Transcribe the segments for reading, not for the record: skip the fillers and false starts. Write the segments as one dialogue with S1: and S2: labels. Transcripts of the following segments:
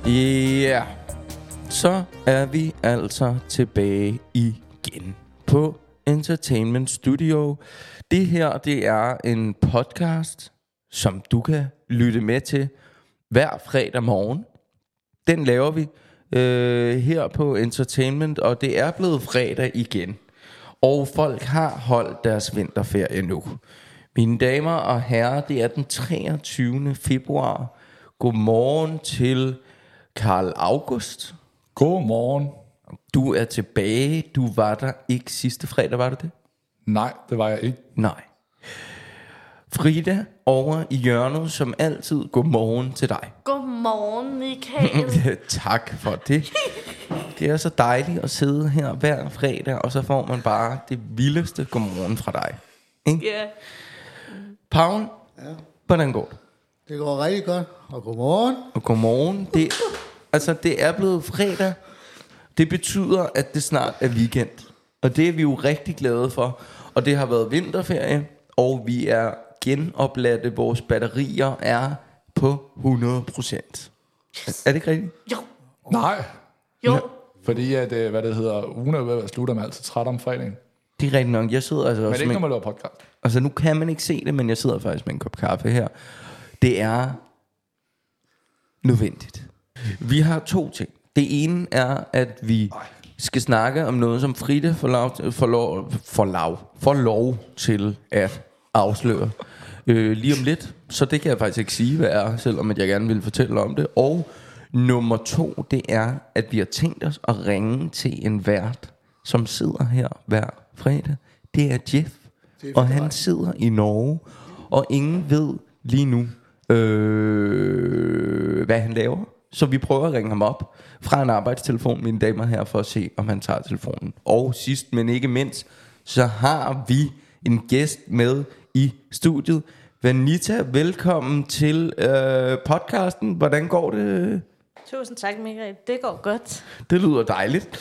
S1: Ja, så er vi altså tilbage igen på Entertainment Studio. Det her, det er en podcast, som du kan lytte med til hver fredag morgen. Den laver vi her på Entertainment, og det er blevet fredag igen. Og folk har holdt deres vinterferie nu. Mine damer og herrer, det er den 23. februar. Godmorgen til Karl August.
S2: Godmorgen.
S1: Du er tilbage. Du var der ikke sidste fredag, var du det?
S2: Nej, det var jeg ikke.
S1: Nej. Frida over i hjørnet, som altid. Godmorgen til dig.
S3: Godmorgen, Michael.
S1: Tak for det. Det er så dejligt at sidde her hver fredag, og så får man bare det vildeste godmorgen fra dig. Ikke?
S3: Ja.
S1: Paul,
S4: Ja.
S1: hvordan går det?
S4: Det går rigtig godt, og godmorgen.
S1: Og godmorgen. Det er blevet fredag. Det betyder, at det snart er weekend. Og det er vi jo rigtig glade for. Og det har været vinterferie, og vi er genopladte. Vores batterier er på 100%. Er det ikke rigtigt?
S3: Jo.
S2: Nej,
S3: Jo.
S2: fordi at, hvad det hedder, ugen er ved at være slut, og man er altid træt om fredagen.
S1: Det er rigtigt nok. Jeg sidder altså
S2: Men
S1: også
S2: det er ikke, når
S1: med,
S2: man laver podcast.
S1: altså nu kan man ikke se det, men jeg sidder faktisk med en kop kaffe her. Det er nødvendigt. Vi har to ting. Det ene er, at vi skal snakke om noget, som Frida får lov til at afsløre lige om lidt. Så det kan jeg faktisk ikke sige, hvad er, selvom at jeg gerne vil fortælle om det. Og nummer 2, det er, at vi har tænkt os at ringe til en vært, som sidder her hver fredag. Det er Jeff, og han sidder i Norge, og ingen ved lige nu, hvad han laver. Så vi prøver at ringe ham op fra en arbejdstelefon, mine damer her, for at se, om han tager telefonen. Og sidst, men ikke mindst, så har vi en gæst med i studiet. Vanita, velkommen til podcasten. Hvordan går det?
S3: Tusind tak, Michael. Det går godt.
S1: Det lyder dejligt.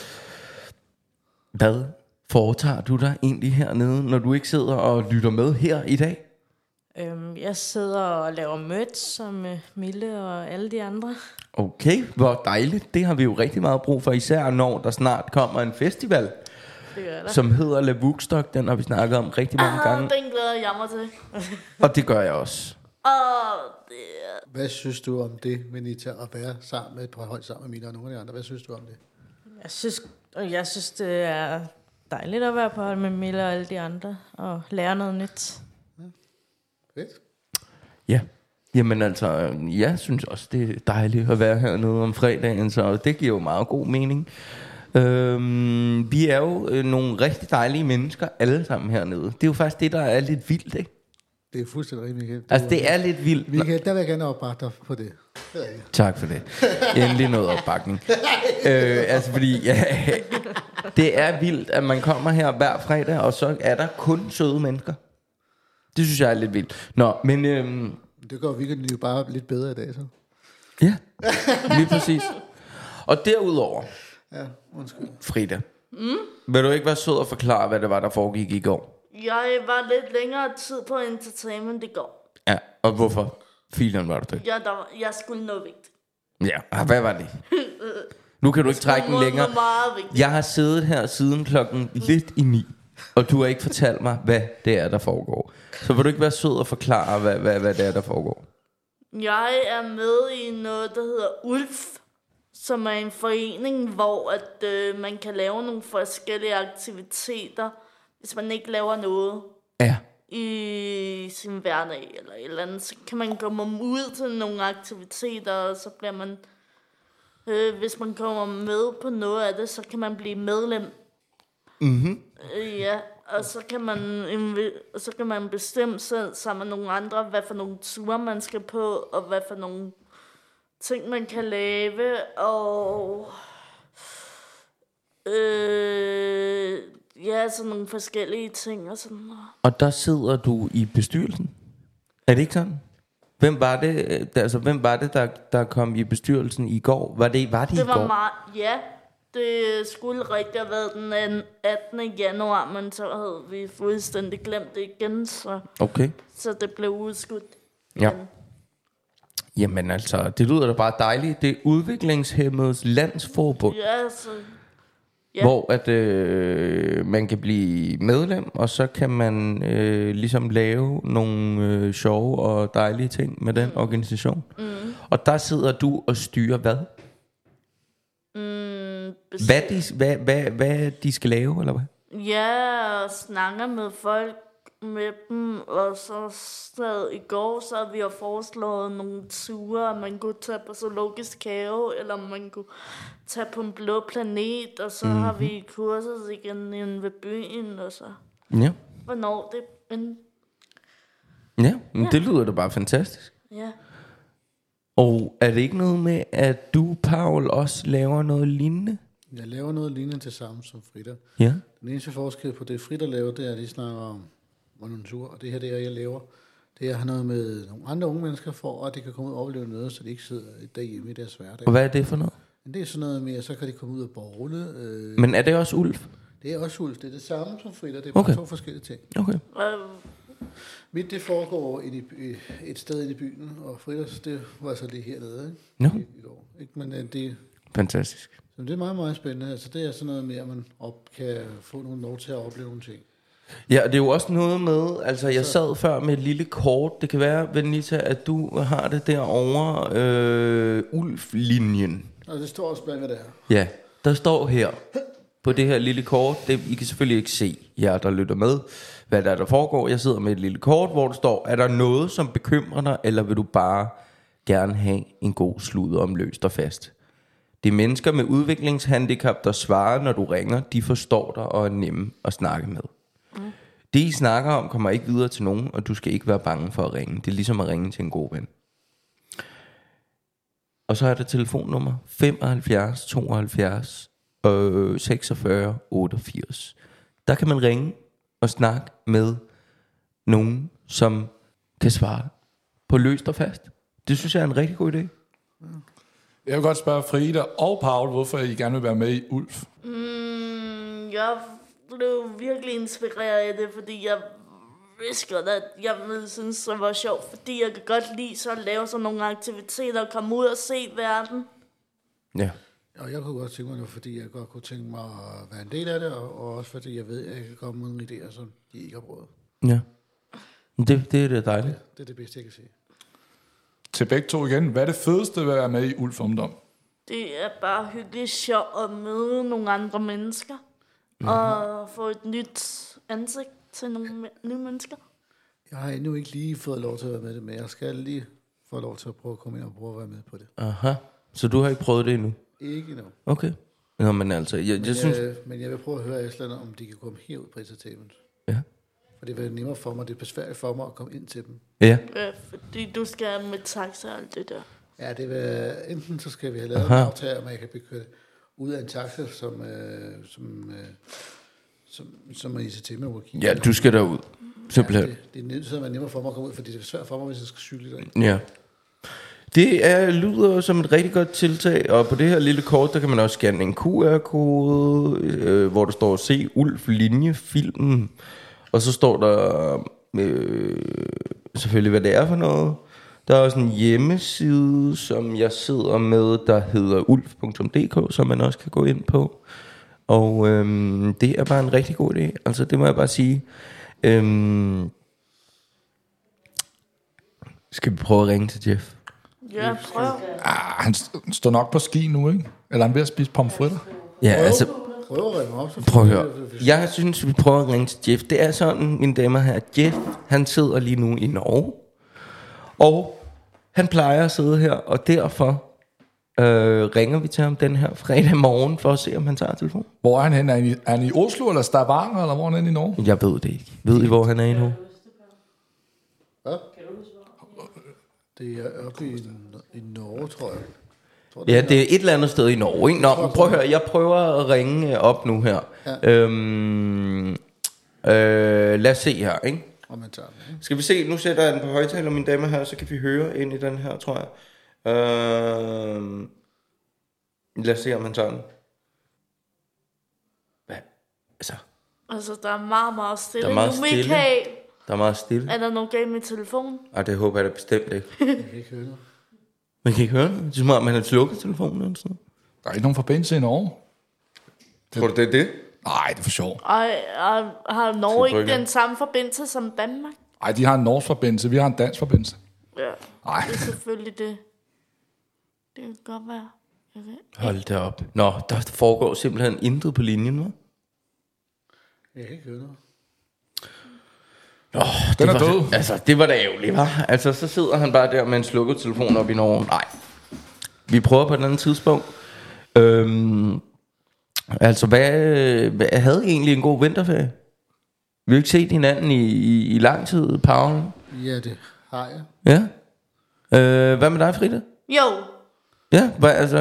S1: Hvad foretager du dig egentlig hernede, når du ikke sidder og lytter med her i dag?
S3: Jeg sidder og laver merch som Mille og alle de andre.
S1: Okay, hvor dejligt. Det har vi jo rigtig meget brug for, især når der snart kommer en festival,
S3: Det gør der.
S1: som hedder La Woodstock. Den har vi snakket om rigtig mange gange,
S3: Den glæder jeg mig til.
S1: og det gør jeg også.
S3: Og
S4: Hvad synes du om det, Venita, at være sammen med på hold sammen med Mille og nogle af de andre? Hvad synes du om det?
S3: jeg synes, det er dejligt at være på hold med Mille og alle de andre. Og lære noget nyt.
S4: Fedt.
S1: Ja, jamen altså, jeg synes også, det er dejligt at være hernede om fredagen, så det giver jo meget god mening. Vi er jo nogle rigtig dejlige mennesker alle sammen hernede. Det er jo faktisk det, der er lidt vildt, ikke?
S4: Det er fuldstændig rigtigt, Michael.
S1: Altså, det er lidt vildt.
S4: Michael, der vil jeg gerne opbakke dig på det. Det er rigtigt.
S1: Tak for det. Endelig noget opbakning. Altså fordi det er vildt, at man kommer her hver fredag, og så er der kun søde mennesker. Det synes jeg er lidt vildt. Nå, men
S4: Det går weekenden jo bare lidt bedre i dag, så.
S1: ja, lige præcis. Og derudover,
S4: Ja, undskyld.
S1: Frida, vil du ikke være sød og forklare, hvad det var, der foregik i går?
S3: Jeg var lidt længere tid på Entertainment i går.
S1: Ja, og hvorfor filen var du det?
S3: Jeg skulle noget vigtigt.
S1: Ja, hvad var det? Nu kan du ikke trække den længere.
S3: Noget meget vigtigt.
S1: Jeg har siddet her siden klokken lidt i 9, og du har ikke fortalt mig, hvad det er, der foregår. Så vil du ikke være sød og forklare, hvad det er, der foregår?
S3: Jeg er med i noget, der hedder ULF, som er en forening, hvor at, man kan lave nogle forskellige aktiviteter, hvis man ikke laver noget
S1: Ja.
S3: i sin hverdag eller et eller andet. Så kan man komme ud til nogle aktiviteter, og så bliver man, hvis man kommer med på noget af det, så kan man blive medlem.
S1: Mhm.
S3: Ja, og så kan man bestemme selv sammen med nogle andre, hvad for nogle ture man skal på, og hvad for nogle ting man kan lave, og ja, sådan nogle forskellige ting og sådan noget.
S1: Og der sidder du i bestyrelsen. Er det ikke sådan? Hvem var det, der kom i bestyrelsen i går? Var det i
S3: Det var
S1: går?
S3: meget, ja. Det skulle rigtig have været den 18. januar, men så havde vi fuldstændig glemt det igen,
S1: Okay.
S3: så det blev udskudt.
S1: Ja. Jamen altså, det lyder da bare dejligt. Det er Udviklingshæmmedes Landsforbund,
S3: Ja, så... Ja.
S1: hvor at man kan blive medlem, og så kan man ligesom lave nogle sjove og dejlige ting med den organisation. Og der sidder du og styrer hvad? Hvad de skal lave, eller hvad?
S3: Ja, og snakker med folk med dem, og så i går, så har vi jo foreslået nogle ture, man kunne tage på zoologisk have, eller man kunne tage på en blå planet, og så har vi kurser igen inde ved byen, og så
S1: Ja.
S3: hvornår det end.
S1: Ja, men det lyder da bare fantastisk.
S3: Ja.
S1: Og er det ikke noget med, at du, Paul, også laver noget lignende?
S4: Jeg laver noget lignende til sammen som Frida.
S1: Ja.
S4: Den eneste forskel på det, Frida laver, det er, at de snakker om nogle ture, og det her, det er, jeg laver. Det er at have noget med nogle andre unge mennesker for, at de kan komme ud og opleve noget, så de ikke sidder derhjemme i deres hverdag.
S1: Og hvad er det for noget?
S4: Men det er sådan noget med, at så kan de komme ud og bowle.
S1: Men er det også Ulf?
S4: Det er også Ulf. Det er det samme som Frida. Det er bare to forskellige ting.
S1: Okay.
S4: Mit, det foregår et sted inde i byen, og Fridas, det var så lige hernede, ikke?
S1: No.
S4: I går. Ikke? Men det...
S1: Fantastisk.
S4: Så det er meget, meget spændende. Altså, det er sådan noget med, at man kan få nogle lov til at opleve nogle ting.
S1: Ja, og det er jo også noget med, altså jeg sad før med et lille kort. Det kan være, Benita, at du har det derovre, Ulf-linjen.
S4: Og det står også bag, hvad det er.
S1: Ja, der står her på det her lille kort. I kan selvfølgelig ikke se, jer der lytter med, hvad der foregår. Jeg sidder med et lille kort, hvor der står, er der noget, som bekymrer dig, eller vil du bare gerne have en god sludder om løst og fast? Det er mennesker med udviklingshandicap, der svarer, når du ringer. De forstår dig og er nemme at snakke med. Det I snakker om kommer ikke videre til nogen, og du skal ikke være bange for at ringe. Det er ligesom at ringe til en god ven. Og så er der telefonnummer 75 72 46 88. Der kan man ringe og snakke med nogen, som kan svare på løst og fast. Det synes jeg er en rigtig god idé.
S2: Jeg vil godt spørge Frida og Paul, hvorfor I gerne vil være med i Ulf.
S3: Jeg blev virkelig inspireret af det, fordi jeg vidste godt, at jeg ville synes, det var sjovt, fordi jeg kan godt lide så at lave sådan nogle aktiviteter og komme ud og se verden.
S1: Ja.
S4: Og jeg kunne godt tænke mig det, fordi jeg godt kunne tænke mig at være en del af det, og også fordi jeg ved, at jeg kan komme med nogle idéer, som de ikke har prøvet.
S1: Ja. Det er det dejligt.
S4: Det er det bedste, jeg kan sige.
S2: Til begge to igen. Hvad er det fedeste ved at være med i Ulf Ungdom?
S3: Det er bare hyggeligt sjovt at møde nogle andre mennesker. Og få et nyt ansigt til nogle nye mennesker.
S4: Jeg har endnu ikke lige fået lov til at være med det, men jeg skal lige få lov til at prøve at komme ind og prøve at være med på det.
S1: Aha. Så du har ikke prøvet det endnu?
S4: Ikke endnu.
S1: Okay. Nå, men altså, jeg synes...
S4: Men jeg vil prøve at høre Aslan, om de kan komme herud på entertainment.
S1: Ja.
S4: For det vil være nemmere for mig, det er besværligt for mig at komme ind til dem.
S1: Ja.
S3: Ja, fordi du skal med taxa og alt det der.
S4: Ja, det vil, enten så skal vi have lavet en aftale, om jeg kan blive kørt ud af en taxa, som er ICT med working.
S1: Ja, du skal derud. Simpelthen.
S4: Ja, det er nødt til at være nemmere for mig at komme ud, fordi det er svært for mig, hvis jeg skal cykle derind.
S1: Ja. Det lyder som et rigtig godt tiltag. Og på det her lille kort, der kan man også scanne en QR-kode, hvor der står se Ulf linje filmen. Og så står der selvfølgelig hvad det er for noget. Der er også en hjemmeside, som jeg sidder med, der hedder ulf.dk, som man også kan gå ind på. Og det er bare en rigtig god idé. Altså det må jeg bare sige. Skal vi prøve at ringe til Jeff?
S3: Ja, prøv.
S2: Han står nok på ski nu, ikke? Eller han ved at spise pomfritter.
S1: Ja, altså
S4: Prøv at ringe op. Så
S1: prøv at høre. Jeg synes vi prøver at ringe til Jeff. Det er sådan, mine damer her, Jeff, han sidder lige nu i Norge. Og han plejer at sidde her, og derfor ringer vi til ham den her fredag morgen, for at se, om han tager telefonen.
S2: Hvor er han hen? Er han i Oslo, eller Stavanger, eller hvor er han henne i Norge?
S1: Jeg ved det ikke. Ved I, hvor han er i nu?
S4: Hvad? Det er oppe i Norge, tror jeg.
S1: Ja, det er et eller andet sted i Norge, ikke? Nå, men prøv at høre, jeg prøver at ringe op nu her.
S4: Ja.
S1: Lad os se her, ikke?
S4: Og man tager den, ikke?
S1: Skal vi se, nu sætter jeg den på højtaler, mine damer her, så kan vi høre ind i den her, tror jeg. Lad os se, om han tager den. Hvad?
S3: Altså, der er meget, meget stille.
S1: Der er meget
S3: nu,
S1: stille.
S3: Michael,
S1: Der er meget stille.
S3: er der nogen galt med telefonen?
S1: Ej, det håber jeg da bestemt ikke.
S4: Jeg kan ikke høre noget.
S1: Man kan ikke høre det. Det er som om, man har slukket telefonen eller sådan.
S2: Der er ikke nogen forbindelse i Norge.
S1: Tror du, det er det?
S2: Nej, det er for sjov.
S3: Har Norge ikke den samme forbindelse som Danmark?
S2: Nej, de har en norsk forbindelse. Vi har en dansk forbindelse.
S3: Ja,
S2: Nej.
S3: det er selvfølgelig det. Det kan godt være.
S1: Hold da op. Nå, der foregår simpelthen intet på linjen, hva'?
S4: Jeg kan ikke høre noget.
S1: Nå,
S2: Den er
S1: var,
S2: død.
S1: Altså, det var da ærgerligt, hva'? Altså, så sidder han bare der med en slukket telefon op i Norge. Nej. Vi prøver på et andet tidspunkt. Altså, hvad havde I egentlig en god vinterferie? Vi har ikke set hinanden i lang tid, Paul.
S4: Ja, det har jeg.
S1: Ja. Hvad med dig, Frida?
S3: Jo,
S1: Ja,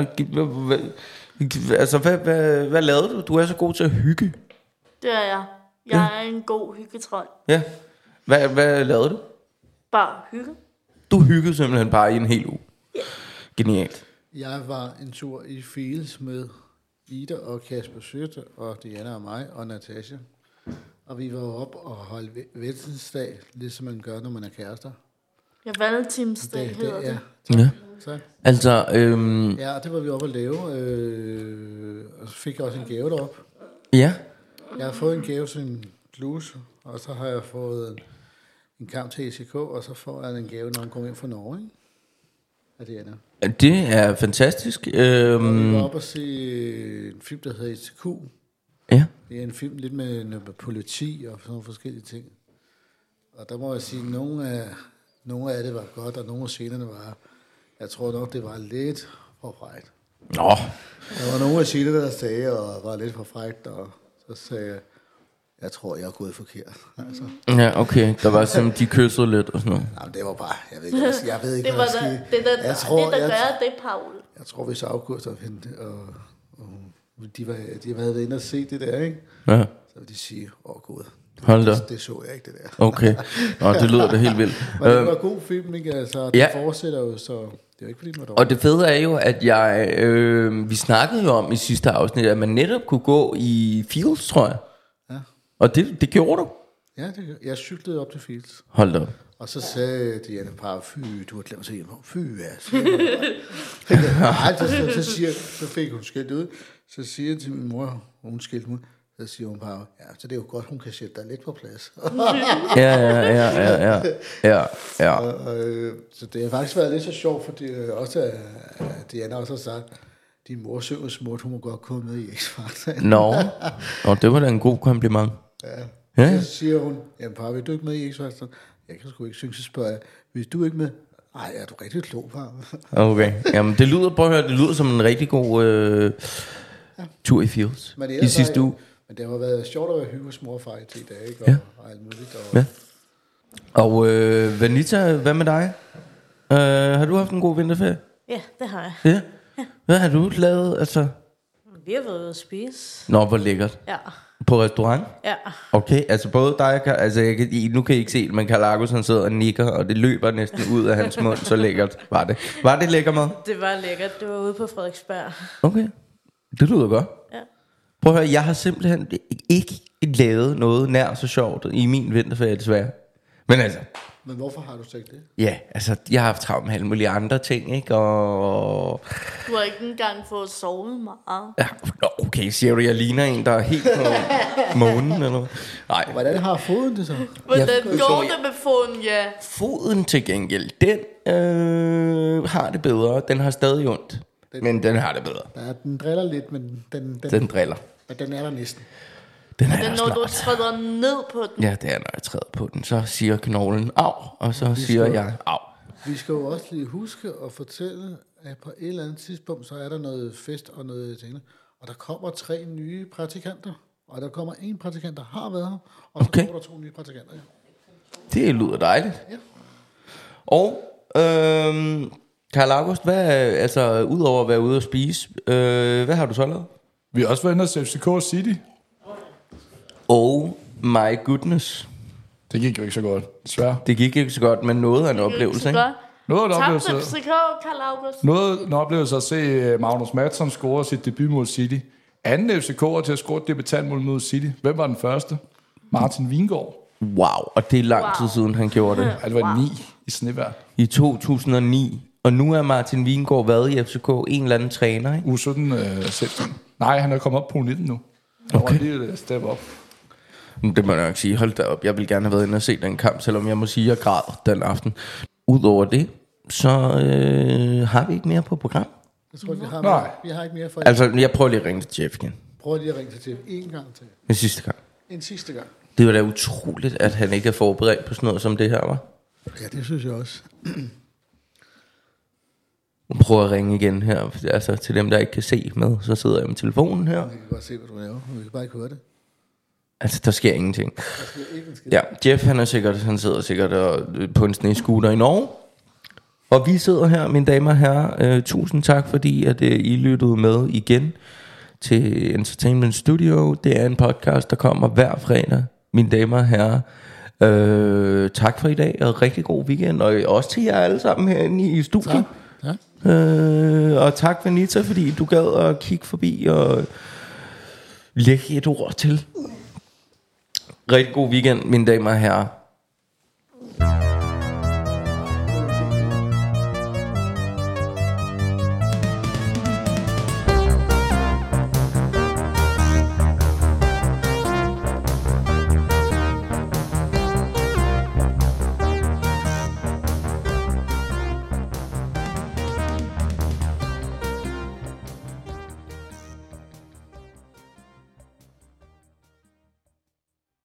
S1: hvad lavede du? Du er så god til at hygge.
S3: det er jeg. Jeg er en god hyggetrold.
S1: Ja. Hvad lavede du?
S3: Bare hygge.
S1: Du hyggede simpelthen bare i en hel uge. Genialt.
S4: Jeg var en tur i Fields med Ida og Kasper Søtte og Diana og mig og Natasha. Og vi var op og holdt valentinsdag, ligesom man gør, når man er kærester.
S3: Ja, valentinsdag hedder det.
S1: Ja.
S4: Så.
S1: Altså,
S4: Ja, det var vi oppe at lave, og så fik jeg også en gave derop.
S1: ja.
S4: Jeg har fået en gave til en bluse, og så har jeg fået en kamp til ECK, og så får jeg en gave, når hun kommer ind fra Norge, ikke? Af Diana.
S1: Det er fantastisk.
S4: Og vi var oppe og se en film, der hedder ECQ.
S1: Ja.
S4: Det er en film lidt med noget politi og sådan nogle forskellige ting. Og der må jeg sige, at nogle af det var godt, og nogle af scenerne var, jeg tror nok, det var lidt for frækt.
S1: Nå.
S4: Der var nogle af scenerne, der sagde, og var lidt for frækt, og så sagde jeg tror, jeg er gået forkert. Altså.
S1: Ja, okay. Der var simpelthen, de kyssede lidt og sådan noget.
S4: Jamen, det var bare, jeg ved ikke,
S3: Det var
S4: hvad der skete.
S3: det, der gør det, Paul.
S4: Jeg tror, hvis August og hende, og de har været inde og se det der, ikke?
S1: Ja.
S4: Så vil de sige, gud,
S1: Hold da.
S4: det så jeg ikke, det der.
S1: Okay. Nå, det lyder da helt vildt.
S4: Men det var en god film, ikke? Altså, det
S1: Ja.
S4: fortsætter jo, så det er jo ikke fordi, det var dårligt.
S1: Og det fede er jo, at vi snakkede jo om i sidste afsnit, at man netop kunne gå i Fields, tror jeg.
S4: Ja.
S1: Og det gjorde du.
S4: Ja, jeg cyklede op til Fields.
S1: Hold da op.
S4: Og så sagde Diana bare, du har glemt at se hjem. Nej, så fik hun skældt ud. Så siger jeg til min mor, hun skældte ud. Så siger hun bare, ja, så det er jo godt, hun kan sætte dig lidt på plads.
S1: Ja.
S4: Så det har faktisk været lidt så sjovt, fordi også Diana også har sagt, din mor synger smukt, hun må godt komme med i X-Factor.
S1: Nå, og det var da en god kompliment. Ja.
S4: Så siger hun, jamen par, vil du ikke med i X-Factor? Jeg kan sgu ikke synge, så spørger jeg, vil du ikke med? Nej, er du rigtig klog, far?
S1: Okay, jamen det lyder, prøv at høre, det lyder som en rigtig god tur i Fields i sidste uge.
S4: Men det har været sjovt at være hygge hos mor og far i 10 dage, ikke? Og alt muligt.
S1: Ja. Og Vanita, hvad med dig? Har du haft en god vinterferie?
S5: Ja, det har jeg.
S1: Ja. Hvad har du lavet, altså?
S5: Vi har været ude at spise.
S1: Nå, hvor lækkert.
S5: Ja.
S1: På restaurant?
S5: Ja.
S1: Okay, altså både dig og nu kan I ikke se det, men Karl August han sidder og nikker, og det løber næsten ud af hans mund, så lækkert var det. Var det lækker mad?
S5: Det var lækkert. Det var ude på Frederiksberg.
S1: Okay, det lyder godt.
S5: Ja.
S1: Prøv at høre, jeg har simpelthen ikke lavet noget nær så sjovt i min vinterferie desværre. Men altså,
S4: Men hvorfor har du sagt det?
S1: ja, altså jeg har haft travlt med alle mulige andre ting, ikke? Og
S3: Du har ikke engang fået sovet meget.
S1: ja, okay, siger du, jeg ligner en, der er helt på månen, eller hvad? Nej,
S4: Hvordan har foden det så?
S3: Hvordan
S1: Jeg-
S3: går det med foden, ja?
S1: foden til gengæld, den har det bedre. Den har stadig ondt, men den har det bedre.
S4: Ja, den driller lidt, men
S1: Den driller.
S4: men den er der næsten.
S1: Den er
S3: Det
S1: der
S3: er, når du
S1: snart.
S3: træder ned på den.
S1: Ja, det er, når jeg træder på den. Så siger knoglen af, og så siger jeg af.
S4: Vi skal jo også lige huske at fortælle, at på et eller andet tidspunkt, så er der noget fest og noget ting. Og der kommer 3 nye praktikanter. Og der kommer 1 praktikant, der har været her. Og så
S1: Okay.
S4: kommer der 2 nye praktikanter. Ja.
S1: Det lyder dejligt.
S4: Ja.
S1: Og Karl August, altså udover at være ude at spise, hvad har du så lavet?
S2: Vi har også været inde hos FCK City.
S1: Oh my goodness.
S2: Det gik jo ikke så godt, desværre.
S1: Det gik ikke så godt, men noget af en oplevelse, ikke?
S2: Noget af en
S3: Tak
S2: oplevelse.
S3: til FCK, Karl August.
S2: Noget af en oplevelse at se Magnus Madsen score sit debut mod City. Anden FCK'er til at score et debutantmål mod City. Hvem var den første? Martin Vingård.
S1: Wow, og det er lang tid siden, han gjorde det.
S2: Det var 9 i snevejr.
S1: I 2009. Og nu er Martin Vingegaard været i FCK en eller anden træner, ikke?
S2: U17 16. Nej, han er kommet op på U19 nu.
S1: Okay.
S2: Han var lige step op.
S1: Det må jeg nok sige. Hold da op. Jeg vil gerne have været inde og se den kamp, selvom jeg må sige, at jeg græd den aften. Udover det, så har vi ikke mere på program.
S4: Jeg tror, vi har ikke mere for
S1: Altså, jeg prøver lige at ringe til Jeff igen.
S4: Prøv lige at ringe til Jeff en gang til.
S1: Den sidste gang.
S4: En sidste gang.
S1: Det var da utroligt, at han ikke er forberedt på sådan noget som det her, var.
S4: Ja, det synes jeg også.
S1: Prøv at ringe igen her. Altså, til dem, der ikke kan se med, så sidder jeg med telefonen her.
S4: Vi kan godt se, hvad du laver, men vi kan bare ikke høre det.
S1: Altså, der sker ingenting. Ja, Jeff, han sidder sikkert på en snescooter i Norge. Og vi sidder her, mine damer og herrer. Tusind tak, fordi at I lyttede med igen til Entertainment Studio. Det er en podcast, der kommer hver fredag, mine damer og herrer. Tak for i dag, og rigtig god weekend. Og også til jer alle sammen herinde i studiet.
S4: Ja.
S1: Og tak, Vanita, fordi du gad at kigge forbi og lægge et ord til. Rigtig god weekend, mine damer og herrer.